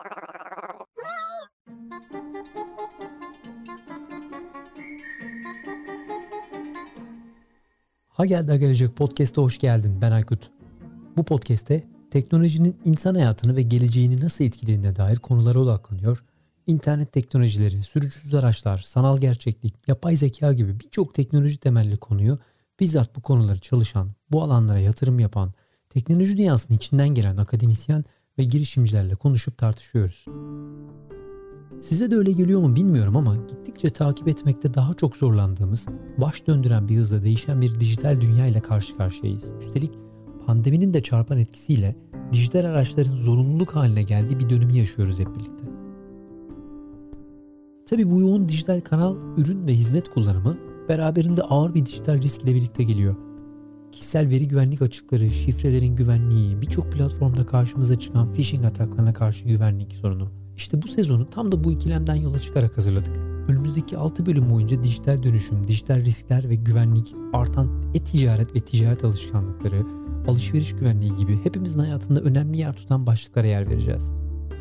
Ha Geldi Ha Gelecek Podcast'a hoş geldin. Ben Aykut. Bu podcast'te teknolojinin insan hayatını ve geleceğini nasıl etkilediğine dair konulara odaklanıyor. İnternet teknolojileri, sürücüsüz araçlar, sanal gerçeklik, yapay zeka gibi birçok teknoloji temelli konuyu bizzat bu konuları çalışan, bu alanlara yatırım yapan, teknoloji dünyasının içinden gelen akademisyen ve girişimcilerle konuşup tartışıyoruz. Size de öyle geliyor mu bilmiyorum ama gittikçe takip etmekte daha çok zorlandığımız, baş döndüren bir hızla değişen bir dijital dünya ile karşı karşıyayız. Üstelik pandeminin de çarpan etkisiyle dijital araçların zorunluluk haline geldiği bir dönemi yaşıyoruz hep birlikte. Tabii bu yoğun dijital kanal, ürün ve hizmet kullanımı beraberinde ağır bir dijital risk ile birlikte geliyor. Kişisel veri güvenlik açıkları, şifrelerin güvenliği, birçok platformda karşımıza çıkan phishing ataklarına karşı güvenlik sorunu. İşte bu sezonu tam da bu ikilemden yola çıkarak hazırladık. Önümüzdeki 6 bölüm boyunca dijital dönüşüm, dijital riskler ve güvenlik, artan e-ticaret ve ticaret alışkanlıkları, alışveriş güvenliği gibi hepimizin hayatında önemli yer tutan başlıklara yer vereceğiz.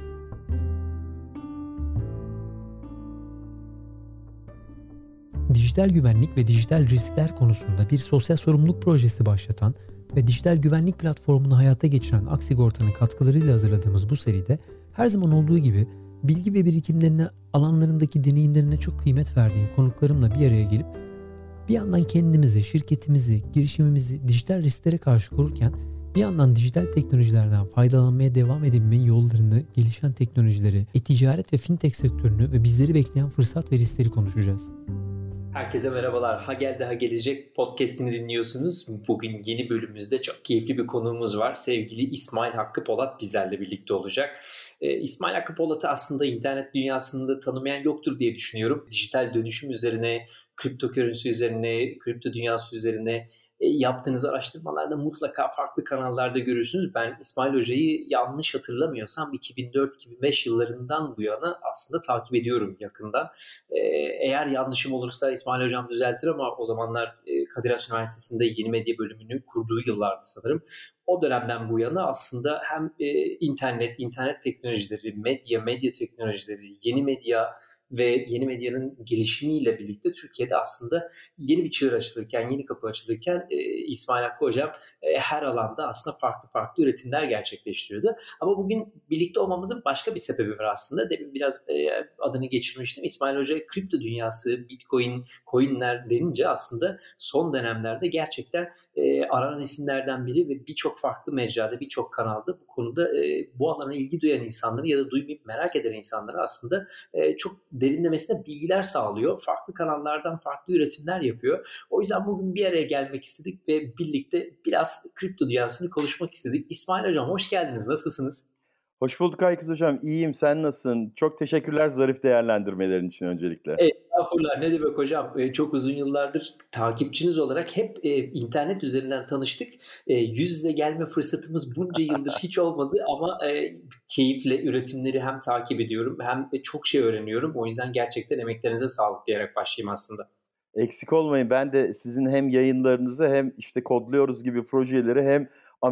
Dijital güvenlik ve dijital riskler konusunda bir sosyal sorumluluk projesi başlatan ve dijital güvenlik platformunu hayata geçiren Aksigorta'nın katkılarıyla hazırladığımız bu seride her zaman olduğu gibi bilgi ve birikimlerine, alanlarındaki deneyimlerine çok kıymet verdiğim konuklarımla bir araya gelip bir yandan kendimizi, şirketimizi, girişimimizi dijital risklere karşı korurken bir yandan dijital teknolojilerden faydalanmaya devam edebilmenin yollarını, gelişen teknolojileri, e-ticaret ve fintech sektörünü ve bizleri bekleyen fırsat ve riskleri konuşacağız. Herkese merhabalar. Ha Geldi Ha Gelecek podcast'ini dinliyorsunuz. Bugün yeni bölümümüzde çok keyifli bir konuğumuz var. Sevgili İsmail Hakkı Polat bizlerle birlikte olacak. İsmail Hakkı Polat'ı aslında internet dünyasında tanımayan yoktur diye düşünüyorum. Dijital dönüşüm üzerine, kripto currency üzerine, kripto dünyası üzerine yaptığınız araştırmalarda mutlaka farklı kanallarda görürsünüz. Ben İsmail Hoca'yı yanlış hatırlamıyorsam 2004-2005 yıllarından bu yana aslında takip ediyorum yakından. Eğer yanlışım olursa İsmail Hocam düzeltir ama o zamanlar Kadir Has Üniversitesi'nde yeni medya bölümünü kurduğu yıllardı sanırım. O dönemden bu yana aslında hem internet teknolojileri, medya teknolojileri, yeni medya ve yeni medyanın gelişimiyle birlikte Türkiye'de aslında yeni bir çığır açılırken, yeni kapı açılırken İsmail Hakkı Hocam her alanda aslında farklı üretimler gerçekleştiriyordu. Ama bugün birlikte olmamızın başka bir sebebi var aslında. Demin biraz adını geçirmiştim. İsmail Hoca kripto dünyası, Bitcoin, coinler denince aslında son dönemlerde gerçekten aranan isimlerden biri ve birçok farklı mecrada, birçok kanalda bu konuda bu alana ilgi duyan insanları ya da duymayıp merak eden insanları aslında çok derinlemesine bilgiler sağlıyor. Farklı kanallardan farklı üretimler yapıyor. O yüzden bugün bir araya gelmek istedik ve birlikte biraz kripto dünyasını konuşmak istedik. İsmail Hocam hoş geldiniz. Nasılsınız? Hoş bulduk Aykut Hocam. İyiyim. Sen nasılsın? Çok teşekkürler zarif değerlendirmelerin için öncelikle. Estağfurullah. Ne demek hocam? Çok uzun yıllardır takipçiniz olarak hep internet üzerinden tanıştık. Yüz yüze gelme fırsatımız bunca yıldır hiç olmadı ama keyifle üretimleri hem takip ediyorum hem çok şey öğreniyorum. O yüzden gerçekten emeklerinize sağlık diyerek başlayayım aslında. Eksik olmayın. Ben de sizin hem yayınlarınızı hem işte kodluyoruz gibi projeleri hem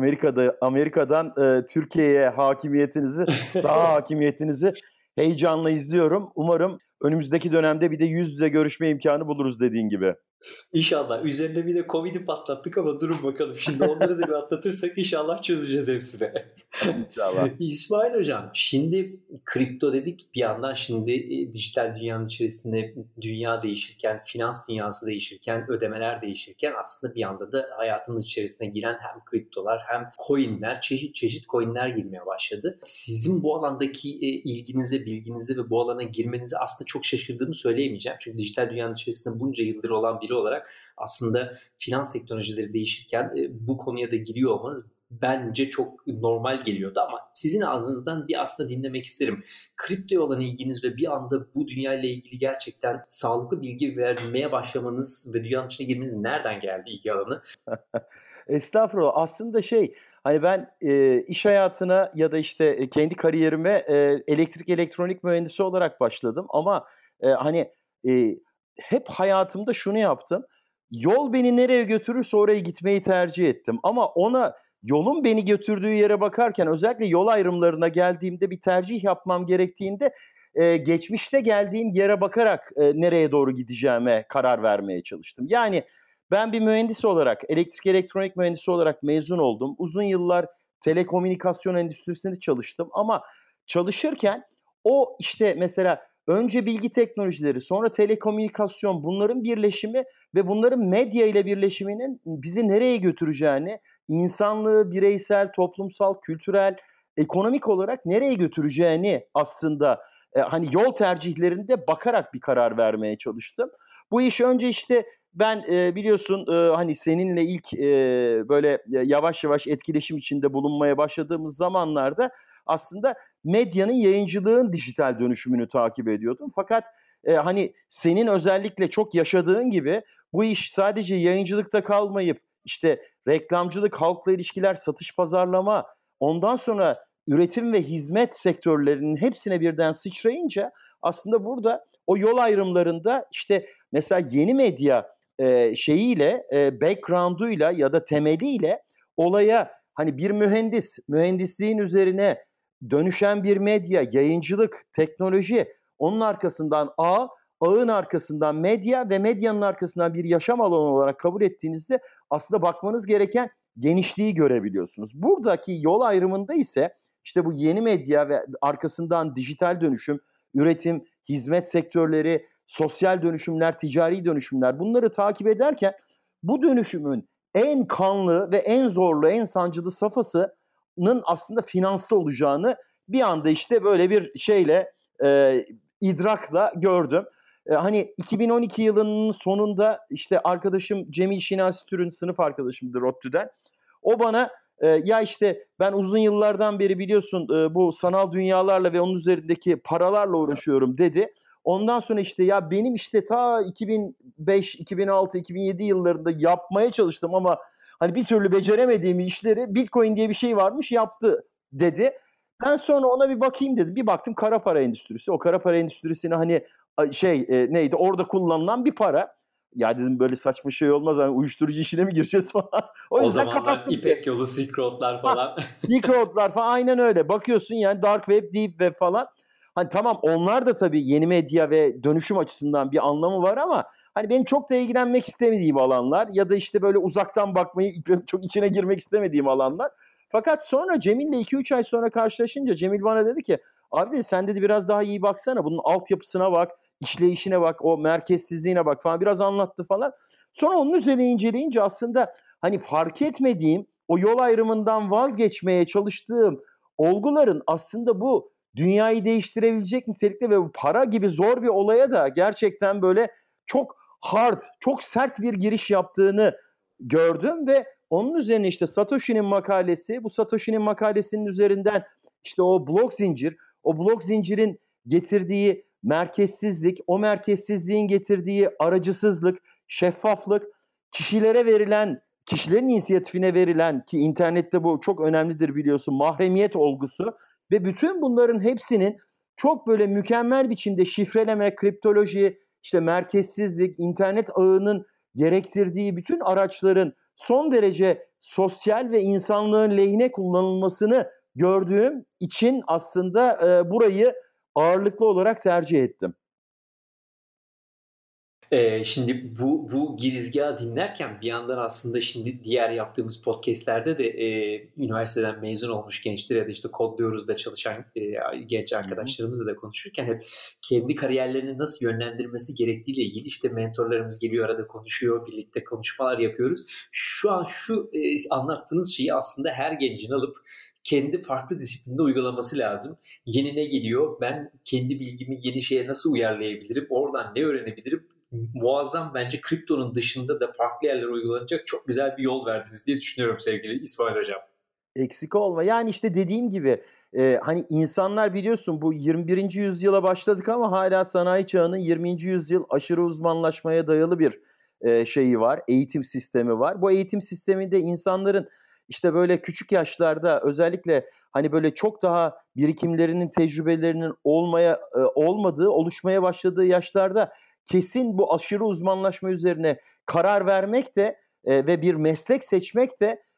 Amerika'dan Türkiye'ye hakimiyetinizi, saha hakimiyetinizi heyecanla izliyorum. Umarım önümüzdeki dönemde bir de yüz yüze görüşme imkanı buluruz dediğin gibi. İnşallah. Üzerine bir de Covid'i patlattık ama durun bakalım. Şimdi onları da bir atlatırsak inşallah çözeceğiz hepsini. İnşallah. İsmail Hocam, şimdi kripto dedik bir yandan şimdi dijital dünyanın içerisinde dünya değişirken, finans dünyası değişirken, ödemeler değişirken aslında bir yanda da hayatımız içerisine giren hem kriptolar hem coinler, çeşit coinler girmeye başladı. Sizin bu alandaki ilginize, bilginize ve bu alana girmenize aslında çok şaşırdığımı söyleyemeyeceğim. Çünkü dijital dünyanın içerisinde bunca yıldır olan biri olarak aslında finans teknolojileri değişirken bu konuya da giriyor olmanız bence çok normal geliyordu ama sizin ağzınızdan bir aslında dinlemek isterim. Kriptoya olan ilginiz ve bir anda bu dünyayla ilgili gerçekten sağlıklı bilgi vermeye başlamanız ve dünyanın içine girmeniz nereden geldi ilgi alanı? Estağfurullah. Aslında hani ben iş hayatına ya da işte kendi kariyerime elektrik elektronik mühendisi olarak başladım ama hep hayatımda şunu yaptım. Yol beni nereye götürürse oraya gitmeyi tercih ettim. Ama ona yolun beni götürdüğü yere bakarken özellikle yol ayrımlarına geldiğimde bir tercih yapmam gerektiğinde geçmişte geldiğim yere bakarak nereye doğru gideceğime karar vermeye çalıştım. Yani ben bir mühendis olarak, elektrik elektronik mühendisi olarak mezun oldum. Uzun yıllar telekomünikasyon endüstrisinde çalıştım ama çalışırken o işte mesela önce bilgi teknolojileri, sonra telekomünikasyon, bunların birleşimi ve bunların medya ile birleşiminin bizi nereye götüreceğini, insanlığı bireysel, toplumsal, kültürel, ekonomik olarak nereye götüreceğini aslında hani yol tercihlerinde bakarak bir karar vermeye çalıştım. Bu iş önce işte ben biliyorsun hani seninle ilk böyle yavaş yavaş etkileşim içinde bulunmaya başladığımız zamanlarda aslında medyanın, yayıncılığın dijital dönüşümünü takip ediyordum. Fakat hani senin özellikle çok yaşadığın gibi bu iş sadece yayıncılıkta kalmayıp işte reklamcılık, halkla ilişkiler, satış, pazarlama, ondan sonra üretim ve hizmet sektörlerinin hepsine birden sıçrayınca aslında burada o yol ayrımlarında işte mesela yeni medya şeyiyle, background'uyla ya da temeliyle olaya hani bir mühendisliğin üzerine dönüşen bir medya, yayıncılık, teknoloji, onun arkasından ağın arkasından medya ve medyanın arkasından bir yaşam alanı olarak kabul ettiğinizde aslında bakmanız gereken genişliği görebiliyorsunuz. Buradaki yol ayrımında ise işte bu yeni medya ve arkasından dijital dönüşüm, üretim, hizmet sektörleri, sosyal dönüşümler, ticari dönüşümler, bunları takip ederken bu dönüşümün en kanlı ve en zorlu, en sancılı safhasının aslında finansta olacağını bir anda işte böyle bir şeyle, idrakla gördüm. Hani 2012 yılının sonunda işte arkadaşım Cemil Şinasi Türün, sınıf arkadaşımdır ODTÜ'den. O bana ya işte ben uzun yıllardan beri biliyorsun bu sanal dünyalarla ve onun üzerindeki paralarla uğraşıyorum dedi. Ondan sonra işte ya benim işte ta 2005, 2006, 2007 yıllarında yapmaya çalıştım ama hani bir türlü beceremediğim işleri Bitcoin diye bir şey varmış yaptı dedi. Ben sonra ona bir bakayım dedim. Bir baktım kara para endüstrisi. O kara para endüstrisine hani neydi orada kullanılan bir para. Ya dedim böyle saçma şey olmaz. Hani uyuşturucu işine mi gireceğiz falan. O yüzden zamanlar kapattım. İpek Yolu, Silk Road'lar falan. Silk Road'lar falan aynen öyle. Bakıyorsun yani Dark Web, Deep Web falan. Hani tamam onlar da tabii yeni medya ve dönüşüm açısından bir anlamı var ama hani benim çok da ilgilenmek istemediğim alanlar ya da işte böyle uzaktan bakmayı çok içine girmek istemediğim alanlar. Fakat sonra Cemil'le 2-3 ay sonra karşılaşınca Cemil bana dedi ki abi dedi sen dedi biraz daha iyi baksana bunun altyapısına bak, işleyişine bak, o merkezsizliğine bak falan biraz anlattı falan. Sonra onun üzerine inceleyince aslında hani fark etmediğim o yol ayrımından vazgeçmeye çalıştığım olguların aslında bu dünyayı değiştirebilecek nitelikte ve bu para gibi zor bir olaya da gerçekten böyle çok hard, çok sert bir giriş yaptığını gördüm ve onun üzerine işte Satoshi'nin makalesi, bu Satoshi'nin makalesinin üzerinden işte o blok zincirin getirdiği merkezsizlik, o merkezsizliğin getirdiği aracısızlık, şeffaflık, kişilerin inisiyatifine verilen ki internette bu çok önemlidir biliyorsun mahremiyet olgusu ve bütün bunların hepsinin çok böyle mükemmel biçimde şifreleme, kriptoloji, işte merkezsizlik, internet ağının gerektirdiği bütün araçların son derece sosyal ve insanlığın lehine kullanılmasını gördüğüm için aslında burayı ağırlıklı olarak tercih ettim. Şimdi bu girizgahı dinlerken bir yandan aslında şimdi diğer yaptığımız podcastlerde de üniversiteden mezun olmuş gençler ya da işte kodluyoruz da çalışan genç arkadaşlarımızla da konuşurken hep kendi kariyerlerini nasıl yönlendirmesi gerektiğiyle ilgili işte mentorlarımız geliyor arada konuşuyor, birlikte konuşmalar yapıyoruz. Şu an şu anlattığınız şeyi aslında her gencin alıp kendi farklı disiplinde uygulaması lazım. Yeni ne geliyor? Ben kendi bilgimi yeni şeye nasıl uyarlayabilirim? Oradan ne öğrenebilirim? Muazzam bence kriptonun dışında da farklı yerlere uygulanacak çok güzel bir yol verdiniz diye düşünüyorum sevgili İsmail Hocam. Eksik olma. Yani işte dediğim gibi hani insanlar biliyorsun bu 21. yüzyıla başladık ama hala sanayi çağının 20. yüzyıl aşırı uzmanlaşmaya dayalı bir şeyi var. Eğitim sistemi var. Bu eğitim sisteminde insanların işte böyle küçük yaşlarda özellikle hani böyle çok daha birikimlerinin, tecrübelerinin oluşmaya başladığı yaşlarda kesin bu aşırı uzmanlaşma üzerine karar vermek de ve bir meslek seçmek de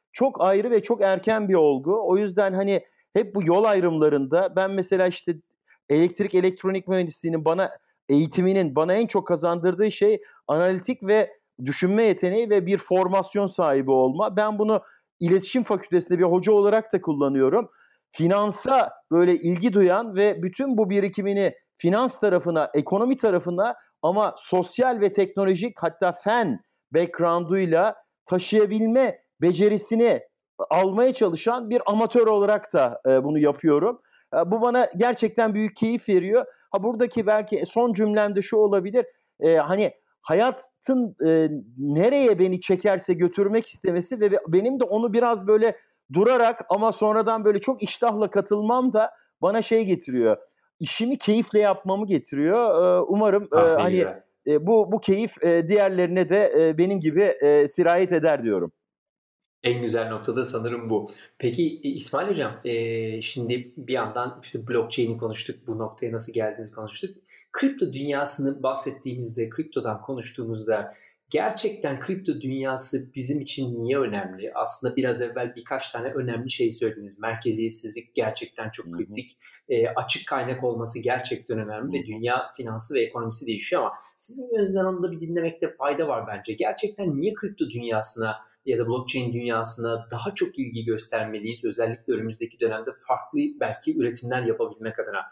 çok ayrı ve çok erken bir olgu. O yüzden hani hep bu yol ayrımlarında ben mesela işte elektrik elektronik mühendisliğinin eğitiminin bana en çok kazandırdığı şey analitik ve düşünme yeteneği ve bir formasyon sahibi olma. Ben bunu iletişim fakültesinde bir hoca olarak da kullanıyorum. Finansa böyle ilgi duyan ve bütün bu birikimini finans tarafına, ekonomi tarafına ama sosyal ve teknolojik hatta fen background'uyla taşıyabilme becerisini almaya çalışan bir amatör olarak da bunu yapıyorum. Bu bana gerçekten büyük keyif veriyor. Buradaki belki son cümlemde şu olabilir. Hani hayatın nereye beni çekerse götürmek istemesi ve benim de onu biraz böyle durarak ama sonradan böyle çok iştahla katılmam da bana şey getiriyor. İşimi keyifle yapmamı getiriyor. Umarım hani bu keyif diğerlerine de benim gibi sirayet eder diyorum. En güzel noktada sanırım bu. Peki İsmail Hocam, şimdi bir yandan işte blockchain'i konuştuk, bu noktaya nasıl geldiğinizi konuştuk. Kripto dünyasını bahsettiğimizde, kriptodan konuştuğumuzda gerçekten kripto dünyası bizim için niye önemli? Aslında biraz evvel birkaç tane önemli şey söylediniz. Merkeziyetsizlik gerçekten çok kritik. Açık kaynak olması gerçekten önemli ve dünya finansı ve ekonomisi değişiyor ama sizin gözünüzden onu da bir dinlemekte fayda var bence. Gerçekten niye kripto dünyasına ya da blockchain dünyasına daha çok ilgi göstermeliyiz? Özellikle önümüzdeki dönemde farklı belki üretimler yapabilmek adına.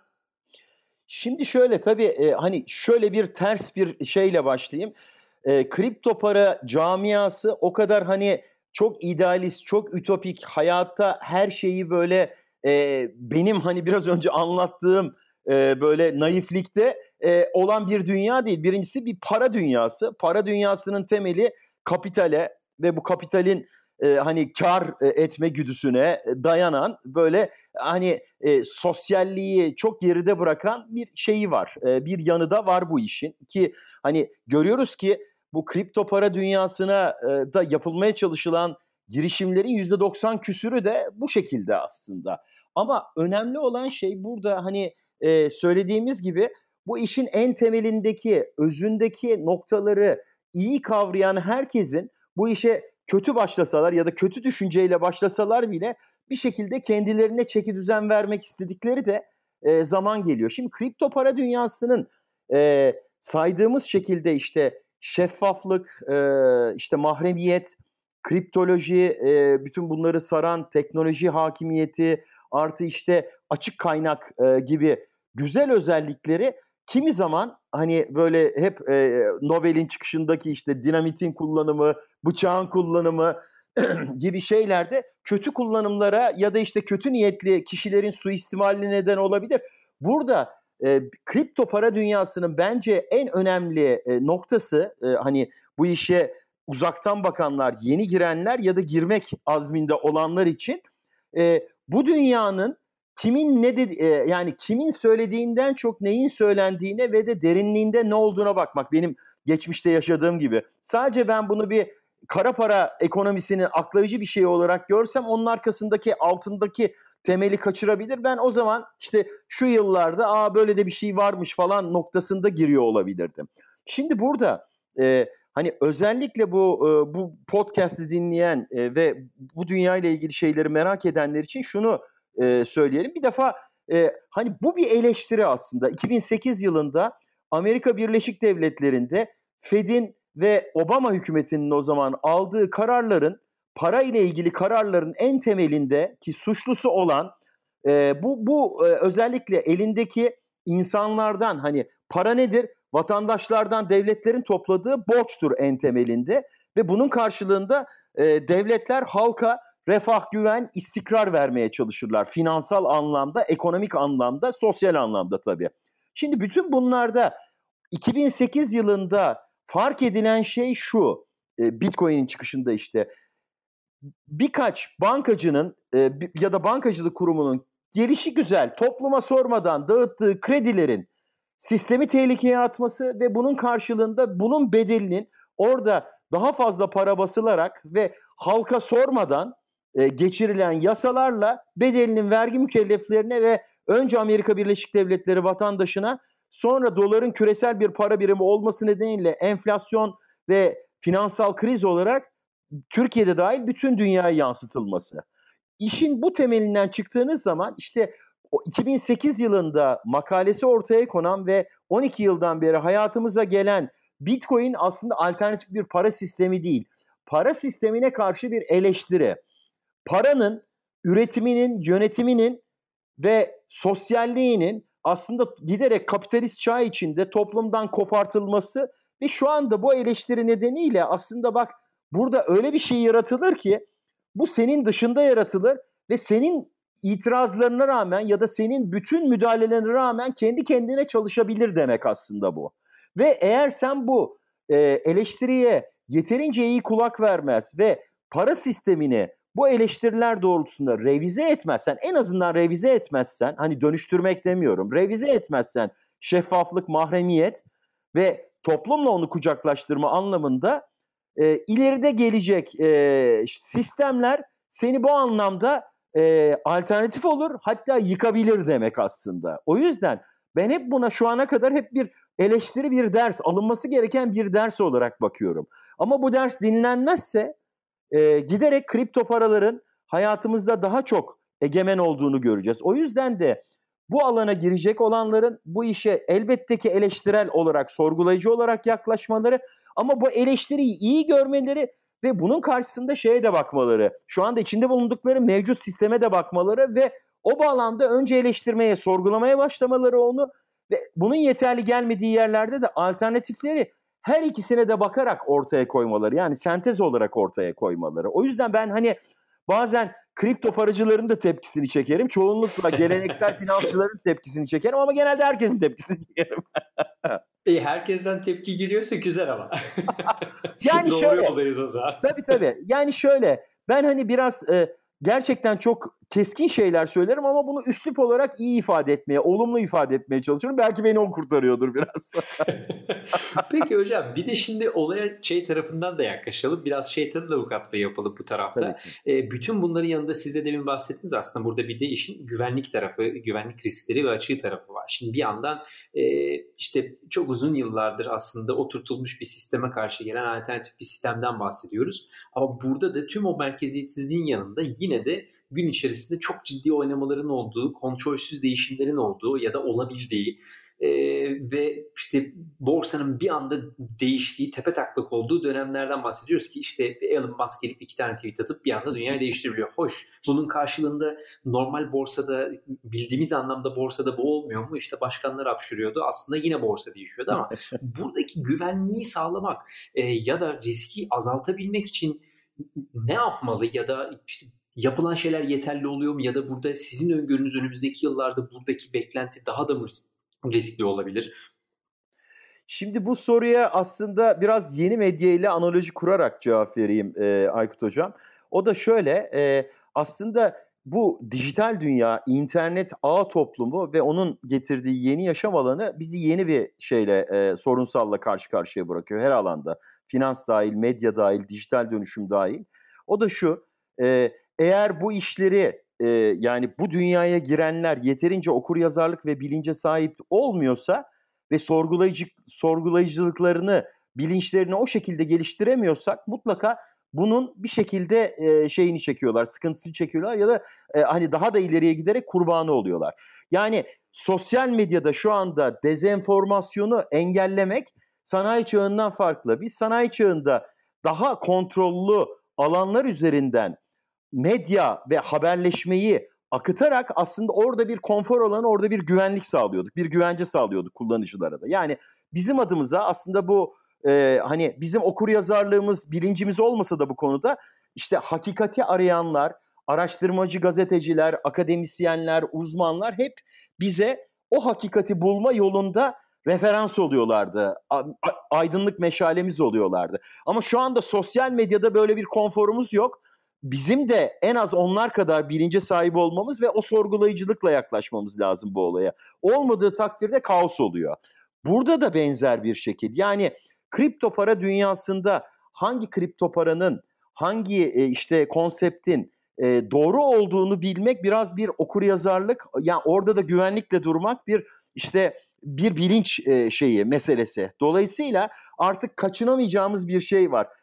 Şimdi şöyle tabii hani şöyle bir ters bir şeyle başlayayım. Kripto para camiası o kadar hani çok idealist, çok ütopik, hayatta her şeyi böyle benim hani biraz önce anlattığım böyle naiflikte olan bir dünya değil. Birincisi bir para dünyası. Para dünyasının temeli kapitale ve bu kapitalin hani kar etme güdüsüne dayanan böyle hani sosyalliği çok geride bırakan bir şeyi var. Bir yanı da var bu işin ki hani görüyoruz ki bu kripto para dünyasına da yapılmaya çalışılan girişimlerin %90 küsürü de bu şekilde aslında. Ama önemli olan şey burada hani söylediğimiz gibi bu işin en temelindeki, özündeki noktaları iyi kavrayan herkesin bu işe kötü başlasalar ya da kötü düşünceyle başlasalar bile bir şekilde kendilerine çekidüzen vermek istedikleri de zaman geliyor. Şimdi kripto para dünyasının saydığımız şekilde işte şeffaflık, işte mahremiyet, kriptoloji, bütün bunları saran teknoloji hakimiyeti, artı işte açık kaynak gibi güzel özellikleri kimi zaman hani böyle hep Nobel'in çıkışındaki işte dinamitin kullanımı, bıçağın kullanımı gibi şeylerde kötü kullanımlara ya da işte kötü niyetli kişilerin suistimaline neden olabilir. Burada kripto para dünyasının bence en önemli noktası hani bu işe uzaktan bakanlar, yeni girenler ya da girmek azminde olanlar için bu dünyanın kimin ne dedi yani kimin söylediğinden çok neyin söylendiğine ve de derinliğinde ne olduğuna bakmak. Benim geçmişte yaşadığım gibi. Sadece ben bunu bir kara para ekonomisinin aklayıcı bir şey olarak görsem onun arkasındaki altındaki temeli kaçırabilir. Ben o zaman işte şu yıllarda böyle de bir şey varmış falan noktasında giriyor olabilirdim. Şimdi burada hani özellikle bu podcast'i dinleyen ve bu dünya ile ilgili şeyleri merak edenler için şunu söyleyelim. Bir defa hani bu bir eleştiri aslında. 2008 yılında Amerika Birleşik Devletleri'nde Fed'in ve Obama hükümetinin o zaman aldığı kararların, para ile ilgili kararların en temelinde ki suçlusu olan bu özellikle elindeki insanlardan hani para nedir? Vatandaşlardan devletlerin topladığı borçtur en temelinde ve bunun karşılığında devletler halka refah, güven, istikrar vermeye çalışırlar. Finansal anlamda, ekonomik anlamda, sosyal anlamda tabii. Şimdi bütün bunlarda 2008 yılında fark edilen şey şu, Bitcoin'in çıkışında işte birkaç bankacının ya da bankacılık kurumunun gelişigüzel topluma sormadan dağıttığı kredilerin sistemi tehlikeye atması ve bunun karşılığında bunun bedelinin orada daha fazla para basılarak ve halka sormadan geçirilen yasalarla bedelinin vergi mükelleflerine ve önce Amerika Birleşik Devletleri vatandaşına sonra doların küresel bir para birimi olması nedeniyle enflasyon ve finansal kriz olarak Türkiye'de dahil bütün dünyaya yansıtılması. İşin bu temelinden çıktığınız zaman işte o 2008 yılında makalesi ortaya konan ve 12 yıldan beri hayatımıza gelen Bitcoin aslında alternatif bir para sistemi değil. Para sistemine karşı bir eleştiri. Paranın üretiminin, yönetiminin ve sosyalliğinin aslında giderek kapitalist çağ içinde toplumdan kopartılması ve şu anda bu eleştiri nedeniyle aslında bak burada öyle bir şey yaratılır ki bu senin dışında yaratılır ve senin itirazlarına rağmen ya da senin bütün müdahalelerine rağmen kendi kendine çalışabilir demek aslında bu. Ve eğer sen bu eleştiriye yeterince iyi kulak vermez ve para sistemini bu eleştiriler doğrultusunda revize etmezsen, en azından revize etmezsen, hani dönüştürmek demiyorum, revize etmezsen şeffaflık, mahremiyet ve toplumla onu kucaklaştırma anlamında ileride gelecek sistemler seni bu anlamda alternatif olur, hatta yıkabilir demek aslında. O yüzden ben hep buna şu ana kadar hep bir eleştiri, bir ders, alınması gereken bir ders olarak bakıyorum. Ama bu ders dinlenmezse giderek kripto paraların hayatımızda daha çok egemen olduğunu göreceğiz. O yüzden de bu alana girecek olanların bu işe elbette ki eleştirel olarak, sorgulayıcı olarak yaklaşmaları ama bu eleştiriyi iyi görmeleri ve bunun karşısında şeye de bakmaları, şu anda içinde bulundukları mevcut sisteme de bakmaları ve o bağlamda önce eleştirmeye, sorgulamaya başlamaları onu ve bunun yeterli gelmediği yerlerde de alternatifleri her ikisine de bakarak ortaya koymaları, yani sentez olarak ortaya koymaları. O yüzden ben hani bazen kripto paracıların da tepkisini çekerim. Çoğunlukla geleneksel finansçıların tepkisini çekerim ama genelde herkesin tepkisini çekerim. Herkesten tepki geliyorsa güzel ama. Yani doğru şöyle, yoldayız o zaman. Tabii. Yani şöyle, ben hani biraz gerçekten çok keskin şeyler söylerim ama bunu üslup olarak iyi ifade etmeye, olumlu ifade etmeye çalışıyorum. Belki beni o kurtarıyordur biraz. Peki hocam, bir de şimdi olaya tarafından da yaklaşalım. Biraz şeytanın avukatlığı yapalım bu tarafta. Bütün bunların yanında siz de demin bahsettiniz, aslında burada bir de işin güvenlik tarafı, güvenlik riskleri ve açığı tarafı var. Şimdi bir yandan işte çok uzun yıllardır aslında oturtulmuş bir sisteme karşı gelen alternatif bir sistemden bahsediyoruz. Ama burada da tüm o merkeziyetsizliğin yanında yine de gün içerisinde çok ciddi oynamaların olduğu, kontrolsüz değişimlerin olduğu ya da olabildiği ve işte borsanın bir anda değiştiği, tepetaklak olduğu dönemlerden bahsediyoruz ki işte Elon Musk gelip 2 tane tweet atıp bir anda dünyayı değiştirebiliyor. Hoş, bunun karşılığında normal borsada, bildiğimiz anlamda borsada bu olmuyor mu? İşte başkanlar hapşırıyordu, aslında yine borsa değişiyordu ama buradaki güvenliği sağlamak ya da riski azaltabilmek için ne yapmalı ya da işte yapılan şeyler yeterli oluyor mu ya da burada sizin öngörünüz önümüzdeki yıllarda buradaki beklenti daha da mı riskli olabilir? Şimdi bu soruya aslında biraz yeni medya ile analoji kurarak cevap vereyim Aykut Hocam. O da şöyle, aslında bu dijital dünya, internet ağ toplumu ve onun getirdiği yeni yaşam alanı bizi yeni bir şeyle, sorunsalla karşı karşıya bırakıyor her alanda. Finans dahil, medya dahil, dijital dönüşüm dahil. O da şu, eğer bu işleri yani bu dünyaya girenler yeterince okuryazarlık ve bilince sahip olmuyorsa ve sorgulayıcılıklarını, bilinçlerini o şekilde geliştiremiyorsak mutlaka bunun bir şekilde şeyini çekiyorlar, sıkıntısını çekiyorlar ya da hani daha da ileriye giderek kurbanı oluyorlar. Yani sosyal medyada şu anda dezenformasyonu engellemek sanayi çağından farklı. Biz sanayi çağında daha kontrollü alanlar üzerinden medya ve haberleşmeyi akıtarak aslında orada bir konfor alanı, orada bir güvenlik sağlıyorduk. Bir güvence sağlıyorduk kullanıcılara da. Yani bizim adımıza aslında bu hani bizim okuryazarlığımız, bilincimiz olmasa da bu konuda işte hakikati arayanlar, araştırmacı gazeteciler, akademisyenler, uzmanlar hep bize o hakikati bulma yolunda referans oluyorlardı. Aydınlık meşalemiz oluyorlardı. Ama şu anda sosyal medyada böyle bir konforumuz yok. Bizim de en az onlar kadar bilince sahip olmamız ve o sorgulayıcılıkla yaklaşmamız lazım bu olaya. Olmadığı takdirde kaos oluyor. Burada da benzer bir şekil. Yani kripto para dünyasında hangi kripto paranın, hangi işte konseptin doğru olduğunu bilmek biraz bir okuryazarlık. Yani orada da güvenlikle durmak bir işte bir bilinç meselesi. Dolayısıyla artık kaçınamayacağımız bir şey var.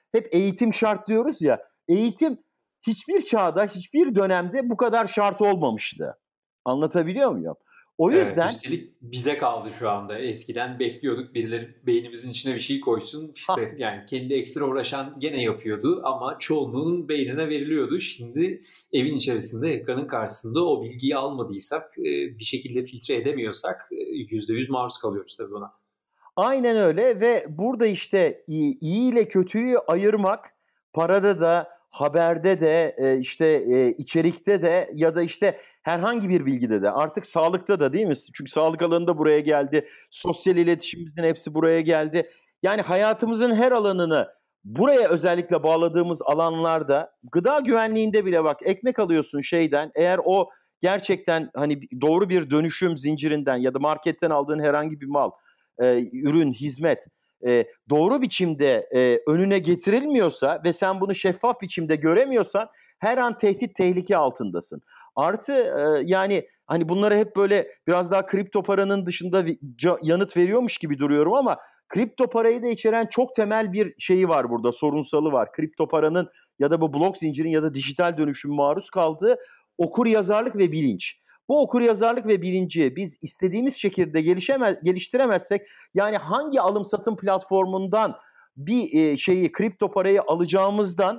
hep eğitim şart diyoruz ya. Eğitim hiçbir çağda, hiçbir dönemde bu kadar şart olmamıştı. Anlatabiliyor muyum? O yüzden... Üstelik bize kaldı şu anda. Eskiden bekliyorduk birileri beynimizin içine bir şey koysun. İşte yani kendi ekstra uğraşan gene yapıyordu ama çoğunluğun beynine veriliyordu. Şimdi evin içerisinde, ekranın karşısında o bilgiyi almadıysak, bir şekilde filtre edemiyorsak %100 maruz kalıyoruz tabii buna. Aynen öyle ve burada işte iyi ile kötüyü ayırmak parada da, haberde de, içerikte de ya da işte herhangi bir bilgide de, artık sağlıkta da, değil mi? Çünkü sağlık alanında buraya geldi. Sosyal iletişimimizin hepsi buraya geldi. Yani hayatımızın her alanını buraya özellikle bağladığımız alanlarda, gıda güvenliğinde bile bak, ekmek alıyorsun şeyden, eğer o gerçekten hani doğru bir dönüşüm zincirinden ya da marketten aldığın herhangi bir mal, ürün, hizmet doğru biçimde önüne getirilmiyorsa ve sen bunu şeffaf biçimde göremiyorsan her an tehdit, tehlike altındasın. Artı yani hani bunlara hep böyle biraz daha kripto paranın dışında yanıt veriyormuş gibi duruyorum ama kripto parayı da içeren çok temel bir şeyi var burada, sorunsalı var. Kripto paranın ya da bu blok zincirin ya da dijital dönüşüm maruz kaldığı okuryazarlık ve bilinç. Bu okuryazarlık ve bilinci biz istediğimiz şekilde geliştiremezsek, yani hangi alım satım platformundan bir kripto parayı alacağımızdan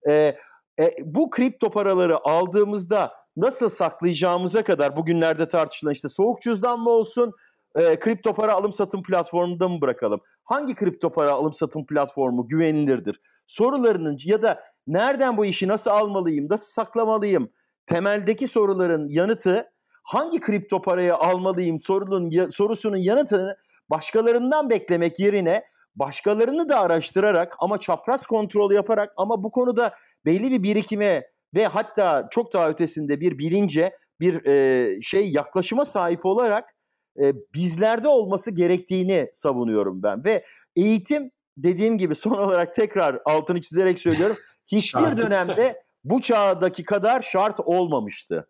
bu kripto paraları aldığımızda nasıl saklayacağımıza kadar bugünlerde tartışılan, işte soğuk cüzdan mı olsun, kripto para alım satım platformunda mı bırakalım? Hangi kripto para alım satım platformu güvenilirdir? Sorularının ya da nereden bu işi nasıl almalıyım, nasıl saklamalıyım? Temeldeki soruların yanıtı, hangi kripto parayı almalıyım sorusunun yanıtını başkalarından beklemek yerine başkalarını da araştırarak ama çapraz kontrol yaparak ama bu konuda belli bir birikime ve hatta çok daha ötesinde bir bilince, bir yaklaşıma sahip olarak bizlerde olması gerektiğini savunuyorum ben. Ve eğitim, dediğim gibi, son olarak tekrar altını çizerek söylüyorum, hiçbir dönemde bu çağdaki kadar şart olmamıştı.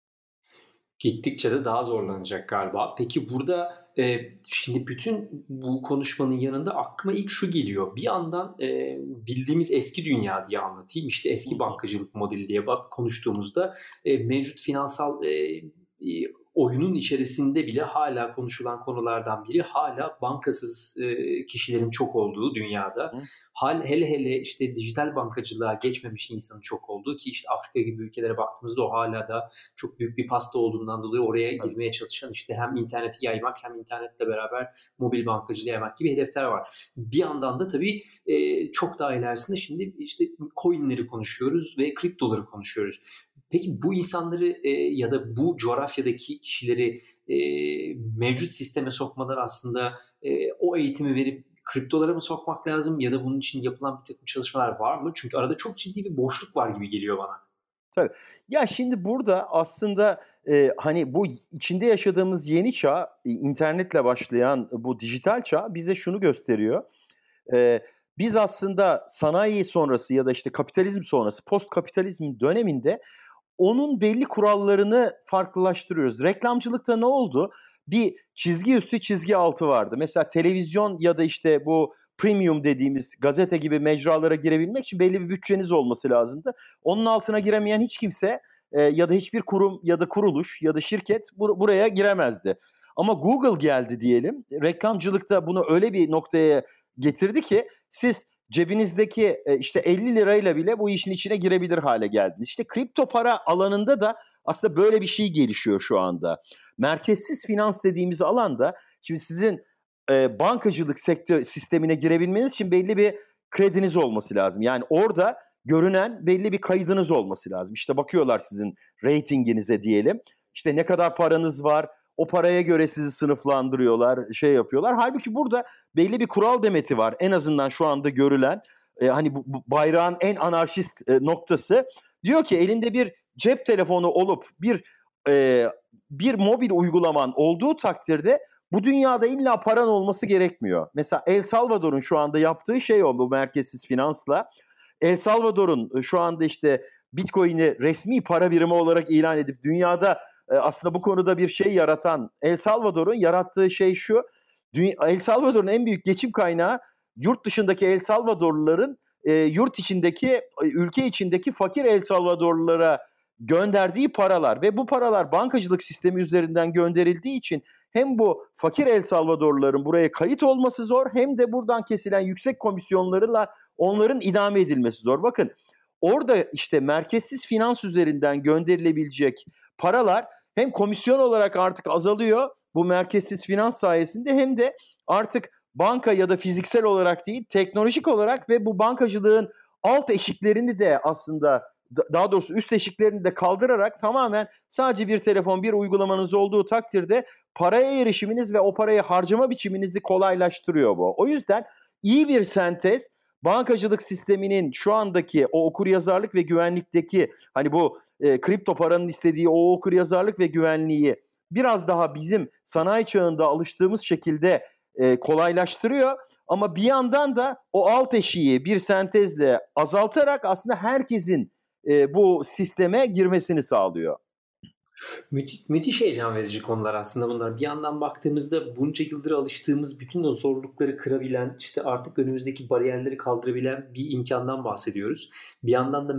Gittikçe de daha zorlanacak galiba. Peki burada şimdi bütün bu konuşmanın yanında aklıma ilk şu geliyor. Bir yandan bildiğimiz eski dünya diye anlatayım. İşte eski bankacılık modeli diye konuştuğumuzda mevcut finansal oyunun içerisinde bile hala konuşulan konulardan biri hala bankasız kişilerin çok olduğu dünyada. Hele işte dijital bankacılığa geçmemiş insanın çok olduğu, ki işte Afrika gibi ülkelere baktığımızda o hala da çok büyük bir pasta olduğundan dolayı oraya girmeye çalışan, işte hem interneti yaymak hem internetle beraber mobil bankacılığı yaymak gibi hedefler var. Bir yandan da tabii çok daha ilerisinde şimdi işte coinleri konuşuyoruz ve kriptoları konuşuyoruz. Peki bu insanları ya da bu coğrafyadaki kişileri mevcut sisteme sokmadan aslında o eğitimi verip kriptolara mı sokmak lazım ya da bunun için yapılan bir takım çalışmalar var mı? Çünkü arada çok ciddi bir boşluk var gibi geliyor bana. Tabii. Ya şimdi burada aslında hani bu içinde yaşadığımız yeni çağ, internetle başlayan bu dijital çağ bize şunu gösteriyor. Biz aslında sanayi sonrası ya da işte kapitalizm sonrası, post kapitalizm döneminde onun belli kurallarını farklılaştırıyoruz. Reklamcılıkta ne oldu? Bir çizgi üstü, çizgi altı vardı. Mesela televizyon ya da işte bu premium dediğimiz gazete gibi mecralara girebilmek için belli bir bütçeniz olması lazımdı. Onun altına giremeyen hiç kimse ya da hiçbir kurum ya da kuruluş ya da şirket buraya giremezdi. Ama Google geldi diyelim. Reklamcılıkta bunu öyle bir noktaya getirdi ki siz cebinizdeki işte 50 lirayla bile bu işin içine girebilir hale geldiniz. İşte kripto para alanında da aslında böyle bir şey gelişiyor şu anda. Merkezsiz finans dediğimiz alanda şimdi sizin bankacılık sistemine girebilmeniz için belli bir krediniz olması lazım. Yani orada görünen belli bir kaydınız olması lazım. İşte bakıyorlar sizin reytinginize diyelim. İşte ne kadar paranız var, o paraya göre sizi sınıflandırıyorlar, yapıyorlar. Halbuki burada belli bir kural demeti var. En azından şu anda görülen hani bu bayrağın en anarşist noktası. Diyor ki elinde bir cep telefonu olup bir mobil uygulaman olduğu takdirde bu dünyada illa paran olması gerekmiyor. Mesela El Salvador'un şu anda yaptığı şey o, bu merkezsiz finansla. El Salvador'un şu anda işte Bitcoin'i resmi para birimi olarak ilan edip dünyada aslında bu konuda bir şey yaratan El Salvador'un yarattığı şey şu. El Salvador'un en büyük geçim kaynağı yurt dışındaki El Salvadorluların yurt içindeki, ülke içindeki fakir El Salvadorlulara gönderdiği paralar ve bu paralar bankacılık sistemi üzerinden gönderildiği için hem bu fakir El Salvadorluların buraya kayıt olması zor, hem de buradan kesilen yüksek komisyonlarla onların idame edilmesi zor. Bakın orada işte merkezsiz finans üzerinden gönderilebilecek paralar hem komisyon olarak artık azalıyor bu merkezsiz finans sayesinde, hem de artık banka ya da fiziksel olarak değil, teknolojik olarak ve bu bankacılığın alt eşiklerini de aslında, daha doğrusu üst eşiklerini de kaldırarak tamamen sadece bir telefon, bir uygulamanız olduğu takdirde paraya erişiminiz ve o parayı harcama biçiminizi kolaylaştırıyor bu. O yüzden iyi bir sentez, bankacılık sisteminin şu andaki o okuryazarlık ve güvenlikteki, hani bu kripto paranın istediği o okuryazarlık ve güvenliği biraz daha bizim sanayi çağında alıştığımız şekilde kolaylaştırıyor. Ama bir yandan da o alt eşiği bir sentezle azaltarak aslında herkesin bu sisteme girmesini sağlıyor. Müthiş heyecan verici konular aslında bunlar. Bir yandan baktığımızda bunca yıldır alıştığımız bütün o zorlukları kırabilen, işte artık önümüzdeki bariyerleri kaldırabilen bir imkandan bahsediyoruz. Bir yandan da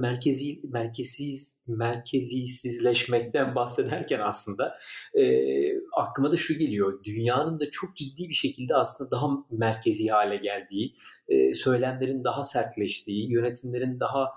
merkezisizleşmekten bahsederken aslında aklıma da şu geliyor. Dünyanın da çok ciddi bir şekilde aslında daha merkezi hale geldiği, söylemlerin daha sertleştiği, yönetimlerin daha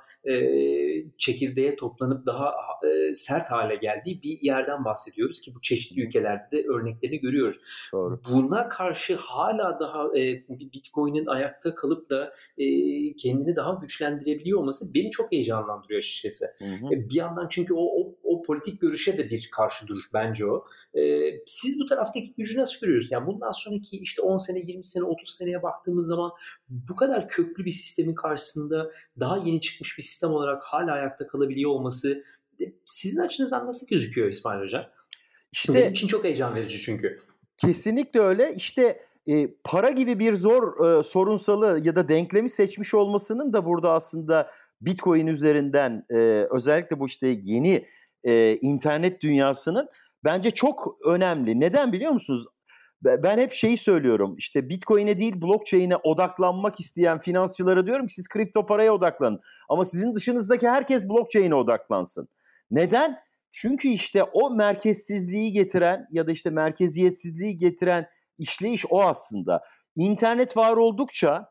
çekirdeğe toplanıp daha sert hale geldiği bir yerden bahsediyoruz ki bu çeşitli ülkelerde de örneklerini görüyoruz. Doğru. Buna karşı hala daha Bitcoin'in ayakta kalıp da kendini daha güçlendirebiliyor olması beni çok heyecanlandırıyor açıkçası. Bir yandan çünkü o politik görüşe de bir karşı duruş bence o. Siz bu taraftaki gücü nasıl görüyorsunuz? Yani bundan sonraki işte 10 sene, 20 sene, 30 seneye baktığımız zaman bu kadar köklü bir sistemin karşısında daha yeni çıkmış bir sistem olarak hala ayakta kalabiliyor olması sizin açınızdan nasıl gözüküyor İsmail Hocam? İşte benim için çok heyecan verici çünkü. Kesinlikle öyle. İşte para gibi bir zor sorunsalı ya da denklemi seçmiş olmasının da burada aslında Bitcoin üzerinden özellikle bu işte yeni internet dünyasının bence çok önemli. Neden biliyor musunuz? Ben hep şeyi söylüyorum, işte Bitcoin'e değil blockchain'e odaklanmak isteyen finansçılara diyorum ki siz kripto paraya odaklanın. Ama sizin dışınızdaki herkes blockchain'e odaklansın. Neden? Çünkü işte o merkezsizliği getiren ya da işte merkeziyetsizliği getiren işleyiş o aslında. İnternet var oldukça,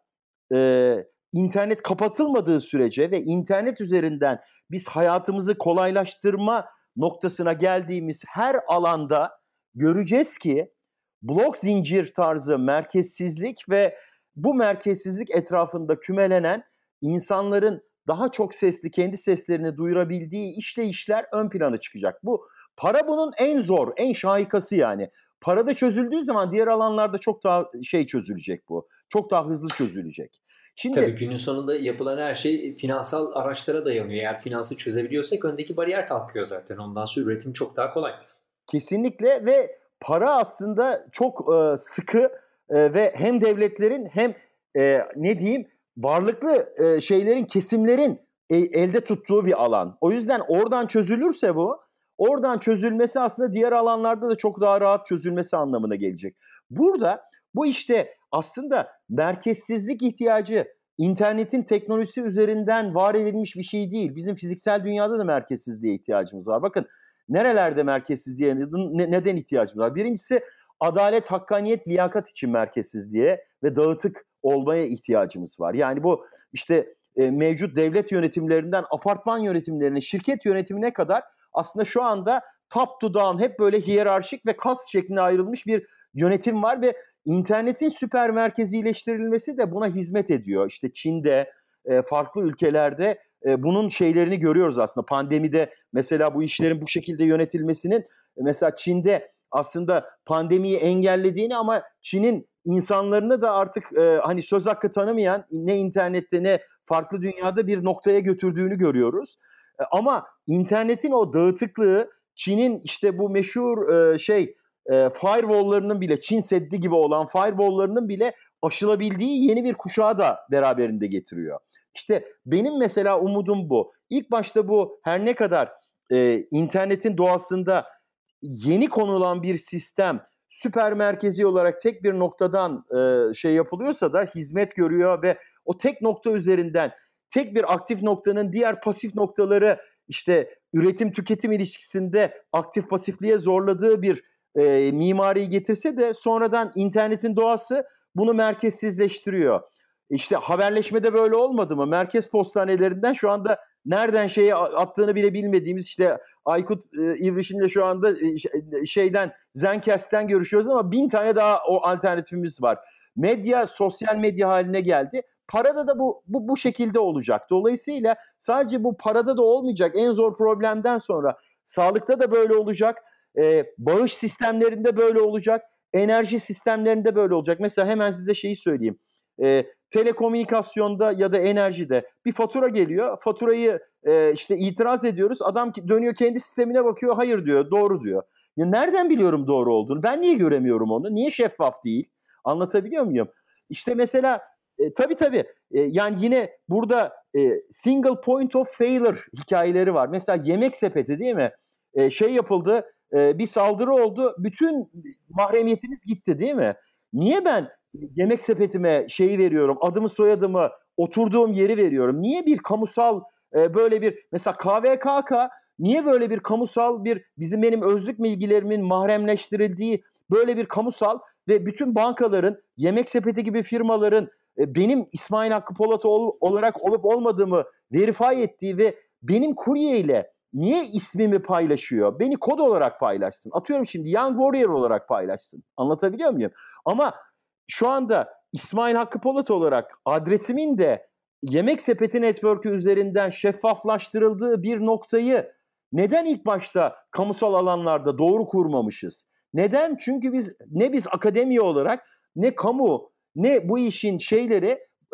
internet kapatılmadığı sürece ve internet üzerinden biz hayatımızı kolaylaştırma noktasına geldiğimiz her alanda göreceğiz ki blok zincir tarzı merkezsizlik ve bu merkezsizlik etrafında kümelenen insanların daha çok sesli, kendi seslerini duyurabildiği işleyişler ön plana çıkacak. Bu para bunun en zor, en şahikası yani. Parada çözüldüğü zaman diğer alanlarda çok daha çözülecek bu. Çok daha hızlı çözülecek. Şimdi, tabii günün sonunda yapılan her şey finansal araçlara dayanıyor. Eğer finansı çözebiliyorsak öndeki bariyer kalkıyor zaten. Ondan sonra üretim çok daha kolay. Kesinlikle ve para aslında çok sıkı ve hem devletlerin hem varlıklı şeylerin, kesimlerin elde tuttuğu bir alan. O yüzden oradan çözülürse oradan çözülmesi aslında diğer alanlarda da çok daha rahat çözülmesi anlamına gelecek. Burada bu işte aslında merkezsizlik ihtiyacı internetin teknolojisi üzerinden var edilmiş bir şey değil. Bizim fiziksel dünyada da merkezsizliğe ihtiyacımız var. Bakın nerelerde merkezsizliğe neden ihtiyacımız var? Birincisi adalet, hakkaniyet, liyakat için merkezsizliğe ve dağıtık olmaya ihtiyacımız var. Yani bu işte mevcut devlet yönetimlerinden apartman yönetimlerine, şirket yönetimine kadar aslında şu anda top to down hep böyle hiyerarşik ve kas şeklinde ayrılmış bir yönetim var ve internetin süper merkezileştirilmesi de buna hizmet ediyor. İşte Çin'de, farklı ülkelerde bunun şeylerini görüyoruz aslında. Pandemide mesela bu işlerin bu şekilde yönetilmesinin mesela Çin'de aslında pandemiyi engellediğini ama Çin'in insanlarını da artık hani söz hakkı tanımayan ne internette ne farklı dünyada bir noktaya götürdüğünü görüyoruz. Ama internetin o dağıtıklığı Çin'in işte bu meşhur firewall'larının bile, Çin Seddi gibi olan firewall'larının bile aşılabildiği yeni bir kuşağı da beraberinde getiriyor. İşte benim mesela umudum bu. İlk başta bu her ne kadar internetin doğasında yeni konulan bir sistem süper merkezi olarak tek bir noktadan yapılıyorsa da hizmet görüyor ve o tek nokta üzerinden tek bir aktif noktanın diğer pasif noktaları işte üretim tüketim ilişkisinde aktif pasifliğe zorladığı bir mimariyi getirse de sonradan internetin doğası bunu merkezsizleştiriyor. İşte haberleşmede böyle olmadı mı? Merkez postanelerinden şu anda nereden şeyi attığını bile bilmediğimiz işte Aykut İvriş'inle şu anda şeyden Zencast'ten görüşüyoruz ama 1000 tane daha o alternatifimiz var. Medya sosyal medya haline geldi. Parada da bu şekilde olacak. Dolayısıyla sadece bu parada da olmayacak. En zor problemden sonra sağlıkta da böyle olacak. Bağış sistemlerinde böyle olacak. Enerji sistemlerinde böyle olacak. Mesela hemen size şeyi söyleyeyim. Telekomünikasyonda ya da enerjide bir fatura geliyor. Faturayı işte itiraz ediyoruz. Adam dönüyor kendi sistemine bakıyor. Hayır diyor, doğru diyor. Ya nereden biliyorum doğru olduğunu? Ben niye göremiyorum onu? Niye şeffaf değil? Anlatabiliyor muyum? İşte mesela tabii yani yine burada single point of failure hikayeleri var. Mesela Yemek Sepeti değil mi? Şey yapıldı, bir saldırı oldu. Bütün mahremiyetimiz gitti değil mi? Niye ben Yemek Sepetime şeyi veriyorum, adımı soyadımı, oturduğum yeri veriyorum? Niye bir kamusal böyle bir mesela KVKK niye böyle bir kamusal bir benim özlük bilgilerimin mahremleştirildiği böyle bir kamusal ve bütün bankaların, Yemek Sepeti gibi firmaların benim İsmail Hakkı Polat olarak olup olmadığımı verify ettiği ve benim kuryeyle niye ismimi paylaşıyor? Beni kod olarak paylaşsın. Atıyorum şimdi Young Warrior olarak paylaşsın. Anlatabiliyor muyum? Ama şu anda İsmail Hakkı Polat olarak adresimin de Yemek Sepeti Network'ü üzerinden şeffaflaştırıldığı bir noktayı neden ilk başta kamusal alanlarda doğru kurmamışız? Neden? Çünkü biz akademi olarak ne kamu ne bu işin şeyleri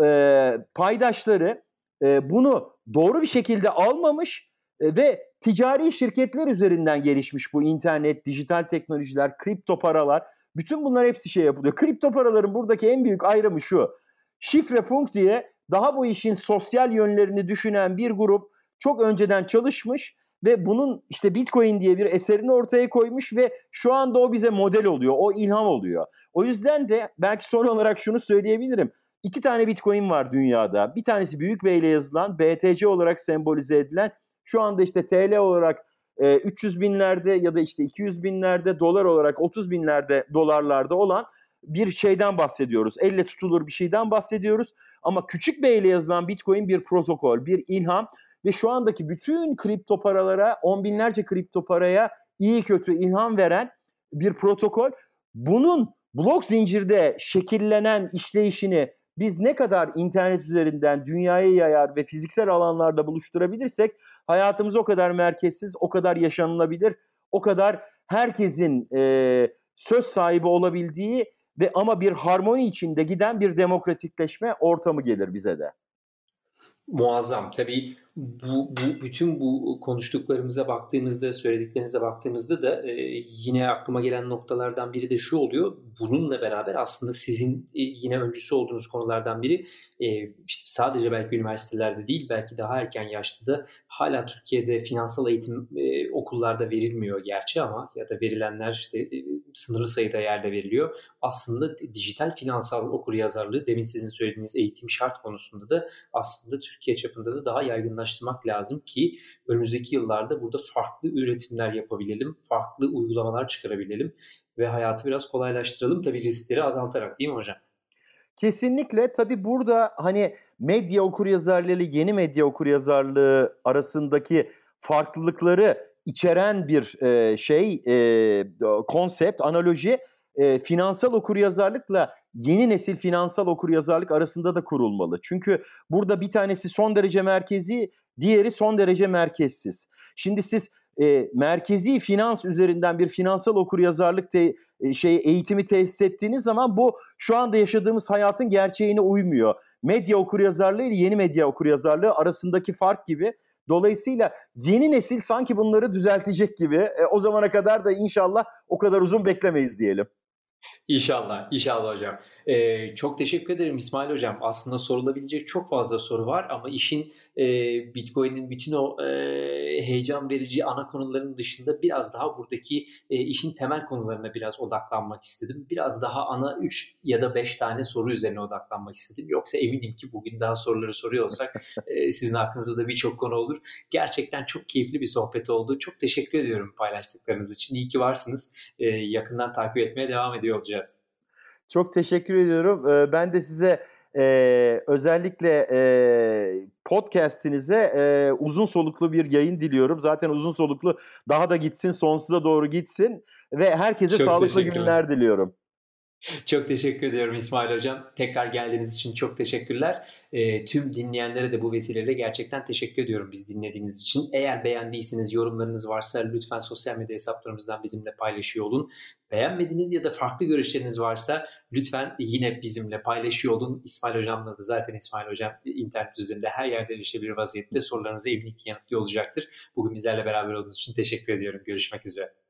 paydaşları bunu doğru bir şekilde almamış ve ticari şirketler üzerinden gelişmiş bu internet, dijital teknolojiler, kripto paralar. Bütün bunlar hepsi şey yapılıyor. Kripto paraların buradaki en büyük ayrımı şu. Şifrepunk diye daha bu işin sosyal yönlerini düşünen bir grup çok önceden çalışmış ve bunun işte Bitcoin diye bir eserini ortaya koymuş ve şu anda o bize model oluyor, o ilham oluyor. O yüzden de belki son olarak şunu söyleyebilirim. 2 tane Bitcoin var dünyada. Bir tanesi büyük B ile yazılan, BTC olarak sembolize edilen, şu anda işte TL olarak 300 binlerde ya da işte 200 binlerde, dolar olarak 30 binlerde dolarlarda olan bir şeyden bahsediyoruz. Elle tutulur bir şeyden bahsediyoruz. Ama küçük B ile yazılan Bitcoin bir protokol, bir ilham ve şu andaki bütün kripto paralara, on binlerce kripto paraya iyi kötü ilham veren bir protokol. Bunun blok zincirde şekillenen işleyişini biz ne kadar internet üzerinden dünyaya yayar ve fiziksel alanlarda buluşturabilirsek hayatımız o kadar merkezsiz, o kadar yaşanılabilir, o kadar herkesin söz sahibi olabildiği ve ama bir harmoni içinde giden bir demokratikleşme ortamı gelir bize de. Muazzam. Tabii bütün bu konuştuklarımıza baktığımızda, söylediklerinize baktığımızda da yine aklıma gelen noktalardan biri de şu oluyor. Bununla beraber aslında sizin yine öncüsü olduğunuz konulardan biri işte sadece belki üniversitelerde değil, belki daha erken yaşta da hala Türkiye'de finansal eğitim okullarda verilmiyor gerçi ama ya da verilenler işte sınırlı sayıda yerde veriliyor. Aslında dijital finansal okuryazarlığı, demin sizin söylediğiniz eğitim şart konusunda da aslında Türkiye çapında da daha yaygınlaştırmak lazım ki önümüzdeki yıllarda burada farklı üretimler yapabilelim, farklı uygulamalar çıkarabilelim ve hayatı biraz kolaylaştıralım. Tabii riskleri azaltarak, değil mi hocam? Kesinlikle. Tabii burada hani medya okuryazarlığı ile yeni medya okuryazarlığı arasındaki farklılıkları içeren bir konsept, analoji finansal okuryazarlıkla yeni nesil finansal okuryazarlık arasında da kurulmalı. Çünkü burada bir tanesi son derece merkezi, diğeri son derece merkezsiz. Şimdi siz merkezi finans üzerinden bir finansal okuryazarlık eğitimi tesis ettiğiniz zaman bu şu anda yaşadığımız hayatın gerçeğine uymuyor. Medya okuryazarlığı ile yeni medya okuryazarlığı arasındaki fark gibi. Dolayısıyla yeni nesil sanki bunları düzeltecek gibi. O zamana kadar da inşallah o kadar uzun beklemeyiz diyelim. İnşallah, inşallah hocam. Çok teşekkür ederim İsmail hocam. Aslında sorulabilecek çok fazla soru var ama işin Bitcoin'in bütün o heyecan verici ana konuların dışında biraz daha buradaki işin temel konularına biraz odaklanmak istedim. Biraz daha ana 3 ya da 5 tane soru üzerine odaklanmak istedim. Yoksa eminim ki bugün daha soruları soruyor olsak sizin aklınızda da birçok konu olur. Gerçekten çok keyifli bir sohbet oldu. Çok teşekkür ediyorum paylaştıklarınız için. İyi ki varsınız. Yakından takip etmeye devam ediyor olacağız. Çok teşekkür ediyorum. Ben de size özellikle podcast'inize uzun soluklu bir yayın diliyorum. Zaten uzun soluklu daha da gitsin, sonsuza doğru gitsin ve herkese Çok sağlıklı teşekkürler. günler diliyorum. Çok teşekkür ediyorum İsmail Hocam. Tekrar geldiğiniz için çok teşekkürler. Tüm dinleyenlere de bu vesileyle gerçekten teşekkür ediyorum biz dinlediğiniz için. Eğer beğendiyseniz, yorumlarınız varsa lütfen sosyal medya hesaplarımızdan bizimle paylaşıyor olun. Beğenmediğiniz ya da farklı görüşleriniz varsa lütfen yine bizimle paylaşıyor olun. İsmail Hocam'la da zaten İsmail Hocam internet üzerinde her yerde erişebilir vaziyette. Sorularınızı eminim ki yanıtlıyor olacaktır. Bugün bizlerle beraber olduğunuz için teşekkür ediyorum. Görüşmek üzere.